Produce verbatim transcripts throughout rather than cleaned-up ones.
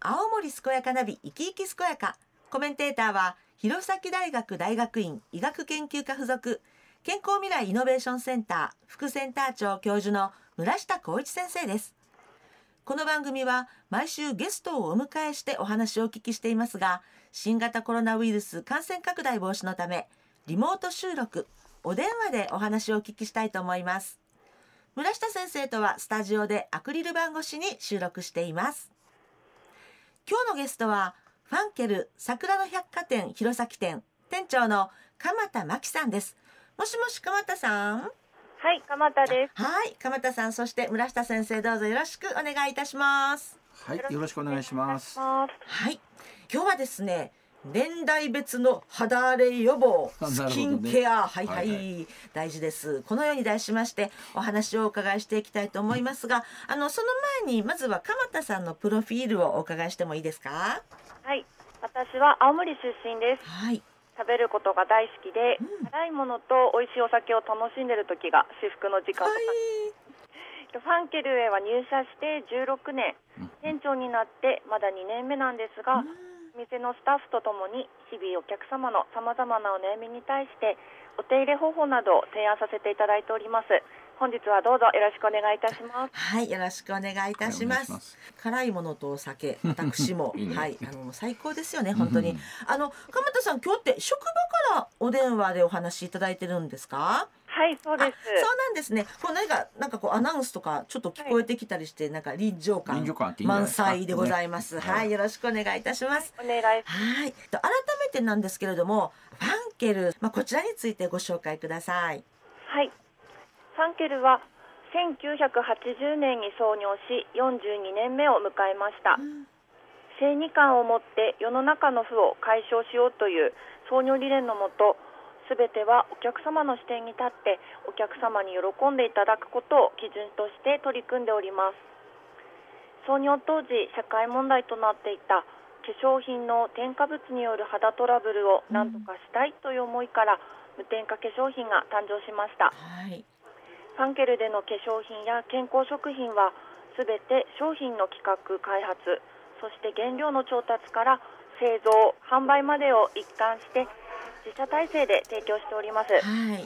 青森健やかナビ生き生き健やか。コメンテーターは弘前大学大学院医学研究科附属健康未来イノベーションセンター副センター長教授の村下浩一先生です。この番組は毎週ゲストをお迎えしてお話をお聞きしていますが、新型コロナウイルス感染拡大防止のためリモート収録、お電話でお話をお聞きしたいと思います。村下先生とはスタジオでアクリル板越しに収録しています。今日のゲストはファンケル桜の百貨店弘前店店長の鎌田真紀さんです。もしもし鎌田さん。 はい、鎌田です。 はい、鎌田さん、そして村下先生、どうぞよろしくお願いいたします。 はい、よろしくお願いします。 はい、今日はですね、年代別の肌荒れ予防、スキンケア、ね、はいはい、はいはい、大事です。このように題しましてお話をお伺いしていきたいと思いますが、あのその前にまずは鎌田さんのプロフィールをお伺いしてもいいですか。 はい、私は青森出身です。 はい、 食べることが大好きで、うん、辛いものと美味しいお酒を楽しんでいる時が至福の時間とか、はい、ファンケルへは入社してじゅうろくねん、うん、店長になってまだにねんめなんですが、うん、店のスタッフとともに日々お客様のさまざまなお悩みに対してお手入れ方法などを提案させていただいております。本日はどうぞよろしくお願いいたします。 はい、よろしくお願いいたします。はい、ます辛いものとお酒、私もいい、ね、はい、あの最高ですよね本当に。あの鎌田さん、今日って職場からお電話でお話しいただいてるんですか。 はい、そうです。 そうなんですね。こう何かなんかこうアナウンスとかちょっと聞こえてきたりして、はい、なんか臨場感満載でございます。ね、はい、よろしくお願いいたします。 はい、お願いします。 はい、改めてなんですけれども、ファンケル、まあ、こちらについてご紹介ください。 はい、ファンケルはせんきゅうひゃくはちじゅうねんに創業しよんじゅうにねんめを迎えました。うん、正義感を持って世の中の負を解消しようという創業理念のもと、すべてはお客様の視点に立ってお客様に喜んでいただくことを基準として取り組んでおります。創業当時社会問題となっていた化粧品の添加物による肌トラブルを何とかしたいという思いから、うん、無添加化粧品が誕生しました。 はい、 ファンケルでの化粧品や健康食品はすべて商品の企画開発、そして原料の調達から製造販売までを一貫して自社体制で提供しております。 はい、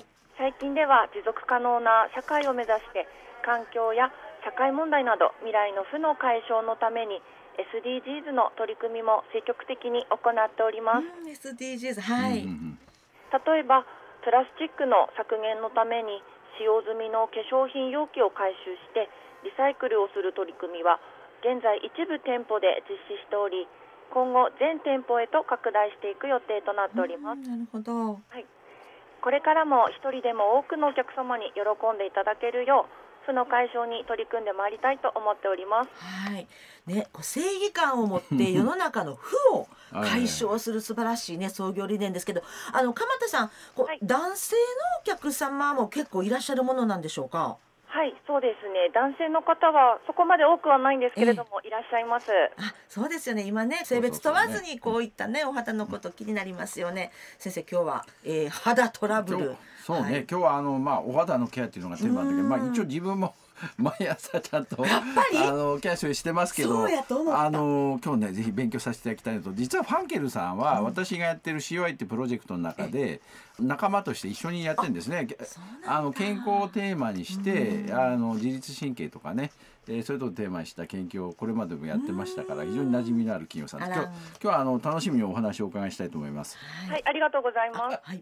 最近では持続可能な社会を目指して環境や社会問題など未来の負の解消のために エスディージーズ の取り組みも積極的に行っております。 うん、エスディージーズ、はい、 例えばプラスチックの削減のために使用済みの化粧品容器を回収してリサイクルをする取り組みは現在一部店舗で実施しており、今後全店舗へと拡大していく予定となっております。 なるほど。 はい、これからも一人でも多くのお客様に喜んでいただけるよう負の解消に取り組んでまいりたいと思っております。 はいね、こう正義感を持って世の中の負を解消する素晴らしい、ね、創業理念ですけど、あの鎌田さん、こう、はい、男性のお客様も結構いらっしゃるものなんでしょうか。 はい、そうですね。男性の方はそこまで多くはないんですけれども、えー、いらっしゃいます。 あ、そうですよね。今ね、性別問わずにこういったね、お肌のこと気になりますよね。先生、今日は、えー、肌トラブル。 そうね、はい、今日はあの、まあ、お肌のケアっていうのがテーマなんだけど、まあ、一応自分も毎朝ちゃんとあのケアしてますけど、あの今日ねぜひ勉強させていただきたいのと、実はファンケルさんは私がやってる シーオーアイ ってプロジェクトの中で仲間として一緒にやってるんですね。あの健康をテーマにしてあの自律神経とかね、えー、それとテーマにした研究をこれまでもやってましたから、非常に馴染みのある企業さんです。今日、今日はあの楽しみにお話をお伺いしたいと思います。 はい、ありがとうございます。はい、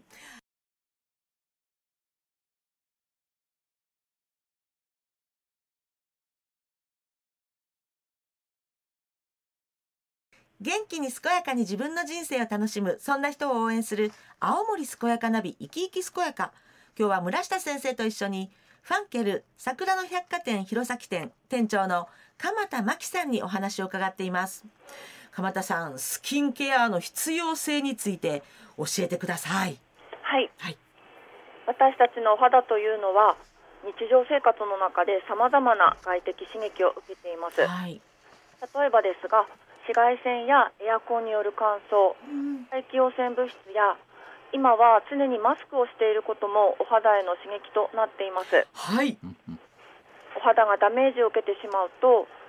元気に健やかに自分の人生を楽しむ、そんな人を応援する青森健やかナビ生き生き健やか。今日は村下先生と一緒にファンケル桜の百貨店弘前店店長の鎌田真紀さんにお話を伺っています。鎌田さん、スキンケアの必要性について教えてください。 はい、はい、私たちのお肌というのは日常生活の中でさまざまな外的刺激を受けています。はい、例えばですが、紫外線やエアコンによる乾燥、大気汚染物質や今は常にマスクをしていることもお肌への刺激となっています。 はい、 お肌がダメージを受けてしまうと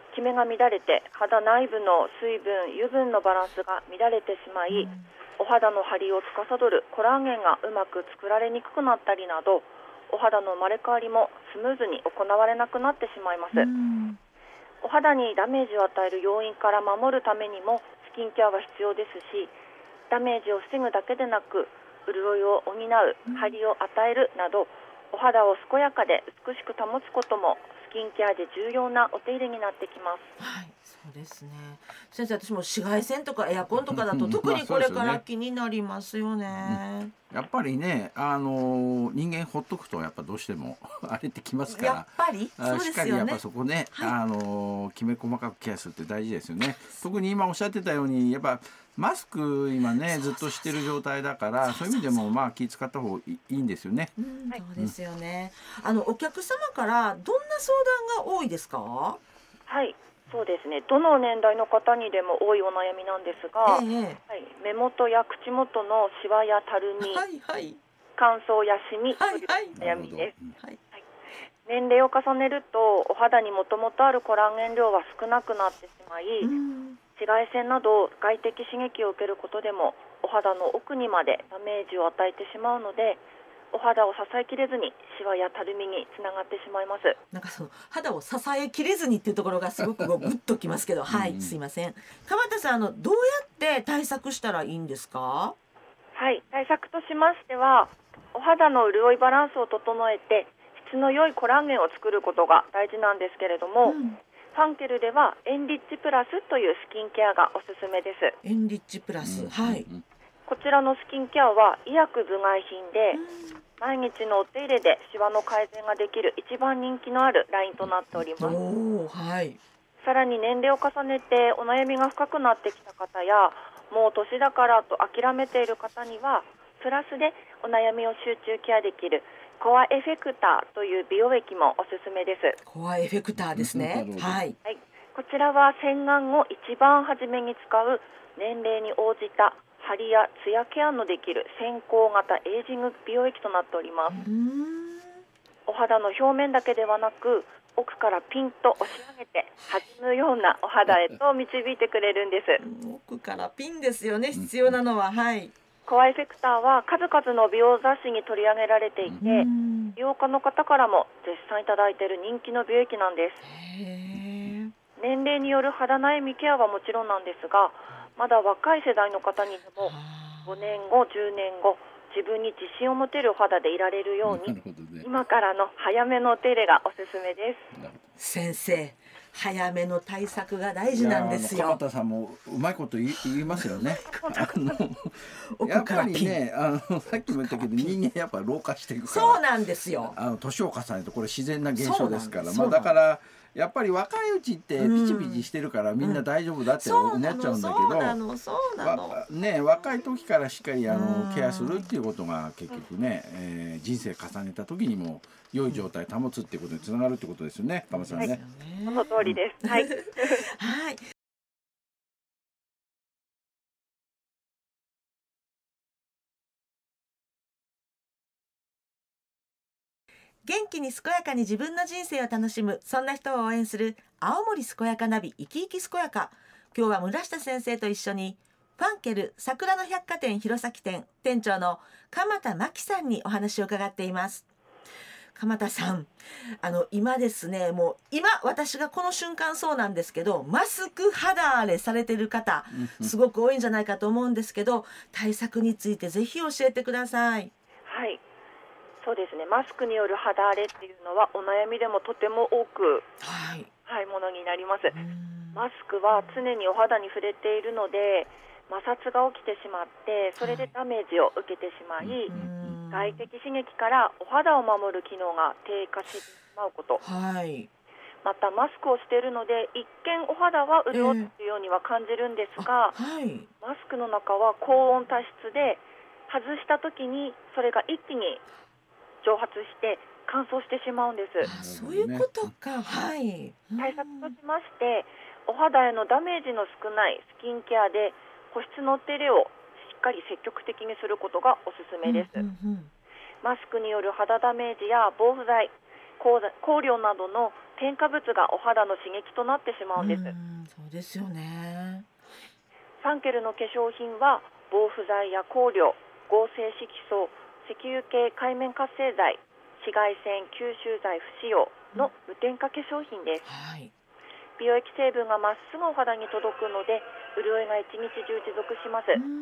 キメが乱れて肌内部の水分油分のバランスが乱れてしまい、うん、お肌の張りを司るコラーゲンがうまく作られにくくなったりなど、お肌の生まれ変わりもスムーズに行われなくなってしまいます。うん、お肌にダメージを与える要因から守るためにもスキンケアは必要ですし、ダメージを防ぐだけでなく潤いを補う、張りを与えるなど、お肌を健やかで美しく保つこともスキンケアで重要なお手入れになってきます。 はい、そうですね。先生、私も紫外線とかエアコンとかだと特にこれから気になりますよね。 うん、やっぱりね、あの人間ほっとくとやっぱどうしてもあれってきますから、 やっぱりそうですよね。 しっかりやっぱそこね、はい、あのきめ細かくケアするって大事ですよね。特に今おっしゃってたように、やっぱマスク今ねずっとしてる状態だから、そういう意味でもまあ気使った方がいいんですよね。 うん、そうですよね。うん、あのお客様からどんな相談が多いですか？ はい、そうですね。どの年代の方にでも多いお悩みなんですが、ええ、はい、目元や口元のシワやたるみ、はいはい、乾燥やシミという悩みです。はいはい、年齢を重ねるとお肌にもともとあるコラーゲン量は少なくなってしまい、うん、紫外線など外的刺激を受けることでもお肌の奥にまでダメージを与えてしまうので、お肌を支えきれずにシワやたるみにつながってしまいます。 なんかその肌を支えきれずにっていうところがすごくグッときますけどはい、すいません。鎌田さん、あのどうやって対策したらいいんですか？ はい、対策としましては、お肌の潤いバランスを整えて質の良いコラーゲンを作ることが大事なんですけれども、うん、ファンケルではエンリッチプラスというスキンケアがおすすめです。 エンリッチプラス、うん、はい。 こちらのスキンケアは医薬部外品で、うん、毎日のお手入れでシワの改善ができる一番人気のあるラインとなっております。 おー、はい。 さらに年齢を重ねてお悩みが深くなってきた方や、もう年だからと諦めている方にはプラスでお悩みを集中ケアできるコアエフェクターという美容液もおすすめです。 コアエフェクターですね。はい、 はい、こちらは洗顔を一番初めに使う年齢に応じた張りやツヤケアのできる先行型エイジング美容液となっております。うーん、お肌の表面だけではなく奥からピンと押し上げて弾むようなお肌へと導いてくれるんです。 奥からピンですよね、必要なのは。はい。 コアエフェクターは数々の美容雑誌に取り上げられていて、美容家の方からも絶賛いただいている人気の美容液なんです。へー。年齢による肌悩みケアはもちろんなんですが、まだ若い世代の方にでもごねんごじゅうねんご自分に自信を持てるお肌でいられるように、ね、今からの早めのお手入れがおすすめです。 先生、早めの対策が大事なんですよ。 鎌田さんもうまいこと言い、言いますよね。あのやっぱりね、あのさっきも言ったけど人間やっぱ老化していくから、 そうなんですよ。 あの年を重ねるとこれ自然な現象ですから、まあだからやっぱり若いうちってピチピチしてるからみんな大丈夫だって思っちゃうんだけど、 そうなのそうなのね、若い時からしっかりあのケアするっていうことが結局ね、えー、人生重ねた時にも良い状態を保つっていうことにつながるってことですよね、鎌田さんね。はい、 その通りです。はい。はい。 元気に健やかに自分の人生を楽しむ、そんな人を応援する青森健やかナビ、生き生き健やか。今日は村下先生と一緒にファンケル桜の百貨店弘前店店長の鎌田真紀さんにお話を伺っています。鎌田さん、あの今ですね、もう今私がこの瞬間そうなんですけど、マスク肌荒れされてる方すごく多いんじゃないかと思うんですけど、対策についてぜひ教えてください。 はい、そうですね、マスクによる肌荒れっていうのはお悩みでもとても多く、はいはい、ものになります。マスクは常にお肌に触れているので摩擦が起きてしまって、それでダメージを受けてしまい、外的刺激からお肌を守る機能が低下してしまうこと、はい、またマスクをしているので一見お肌は潤っているようには感じるんですが、えーはい、マスクの中は高温多湿で外した時にそれが一気に蒸発して乾燥してしまうんです。 あ、そういうことか。はい、 対策としまして、お肌へのダメージの少ないスキンケアで保湿のお手入れをしっかり積極的にすることがおすすめです。うんうんうん、マスクによる肌ダメージや防腐剤、香料などの添加物がお肌の刺激となってしまうんです。 うん、そうですよね。 ファンケルの化粧品は防腐剤や香料、合成色素、石油系界面活性剤、紫外線吸収剤不使用の無添加化粧品です。 はい、 美容液成分がまっすぐお肌に届くので潤いが一日中持続します。 うん、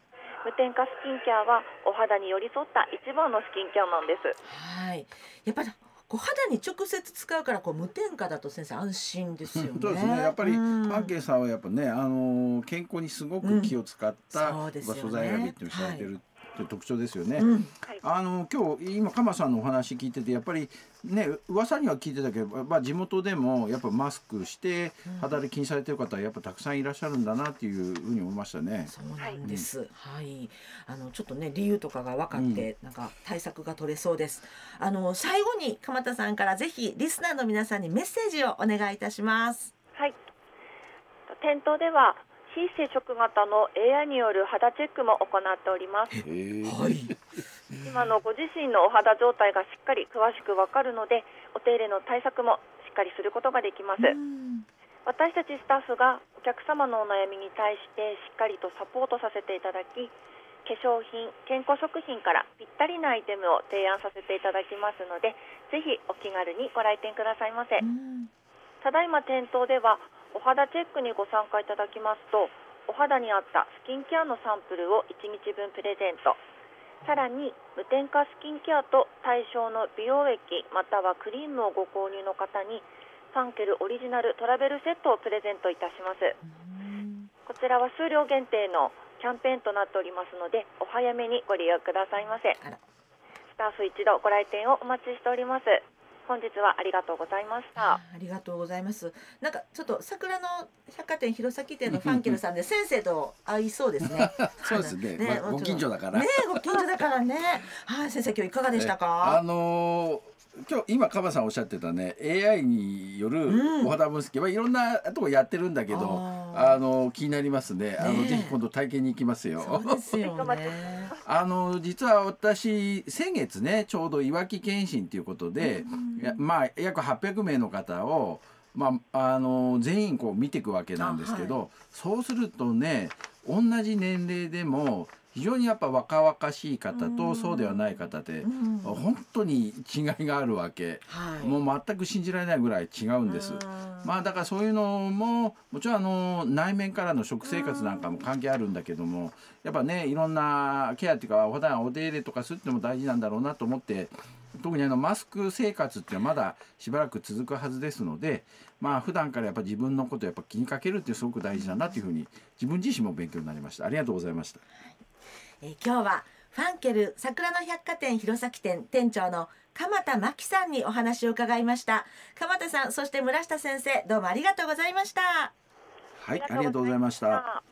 無添加スキンケアはお肌に寄り添った一番のスキンケアなんです。 はい、やっぱりこう肌に直接使うからこう無添加だと先生安心ですよね。 そうですね。やっぱりファンケルさんはやっぱね、あのー健康にすごく気を使った、 うん、 素材選びっていうのをされてる、はい、という特徴ですよね。 うん、 あの今日今鎌さんのお話聞いててやっぱりね噂には聞いてたけど、まあ、地元でもやっぱマスクして肌で気にされてる方はやっぱたくさんいらっしゃるんだなっていうふうに思いましたね。 そうなんです、うん、はい、あのちょっとね理由とかが分かって、うん、なんか対策が取れそうです。あの最後に鎌田さんからぜひリスナーの皆さんにメッセージをお願いいたします。 はい、店頭では非接触型の エーアイ による肌チェックも行っております。 はい、 今のご自身のお肌状態がしっかり詳しくわかるのでお手入れの対策もしっかりすることができます。私たちスタッフがお客様のお悩みに対してしっかりとサポートさせていただき、化粧品、健康食品からぴったりなアイテムを提案させていただきますのでぜひお気軽にご来店くださいませ。ただいま店頭ではお肌チェックにご参加いただきますとお肌に合ったスキンケアのサンプルをいちにちぶんプレゼント、さらに無添加スキンケアと対象の美容液またはクリームをご購入の方にファンケルオリジナルトラベルセットをプレゼントいたします。こちらは数量限定のキャンペーンとなっておりますのでお早めにご利用くださいませ。スタッフ一同ご来店をお待ちしております。本日はありがとうございました。 あ, ありがとうございます。なんかちょっと桜の百貨店弘前店のファンケルさんで先生と会いそうですね。 そうですね。ね、まあ、ご近所だから。 ね、ご近所だからね。はい、先生今日いかがでしたか。 あのー今日今カバさんおっしゃってたね エーアイ によるお肌分析は、うん、いろんなとこやってるんだけどあの気になりますね。あの、ね、ぜひ今度体験に行きますよ。 そうですよね。 あの実は私先月ねちょうどいわき検診ということで、うん、まあ約はっぴゃくめいの方を、まあ、あの全員こう見ていくわけなんですけど、はい、そうするとね同じ年齢でも非常にやっぱ若々しい方とそうではない方で本当に違いがあるわけ、はい、もう全く信じられないぐらい違うんです。まあだからそういうのももちろんあの内面からの食生活なんかも関係あるんだけどもやっぱねいろんなケアっていうかお肌お手入れとかするってのも大事なんだろうなと思って特にあのマスク生活っていうのはまだしばらく続くはずですのでまあ普段からやっぱ自分のことをやっぱ気にかけるってすごく大事だなというふうに自分自身も勉強になりました。ありがとうございました。 えー、今日はファンケル桜の百貨店弘前店店長の鎌田真紀さんにお話を伺いました。鎌田さんそして村下先生どうもありがとうございました。 はい、ありがとうございました。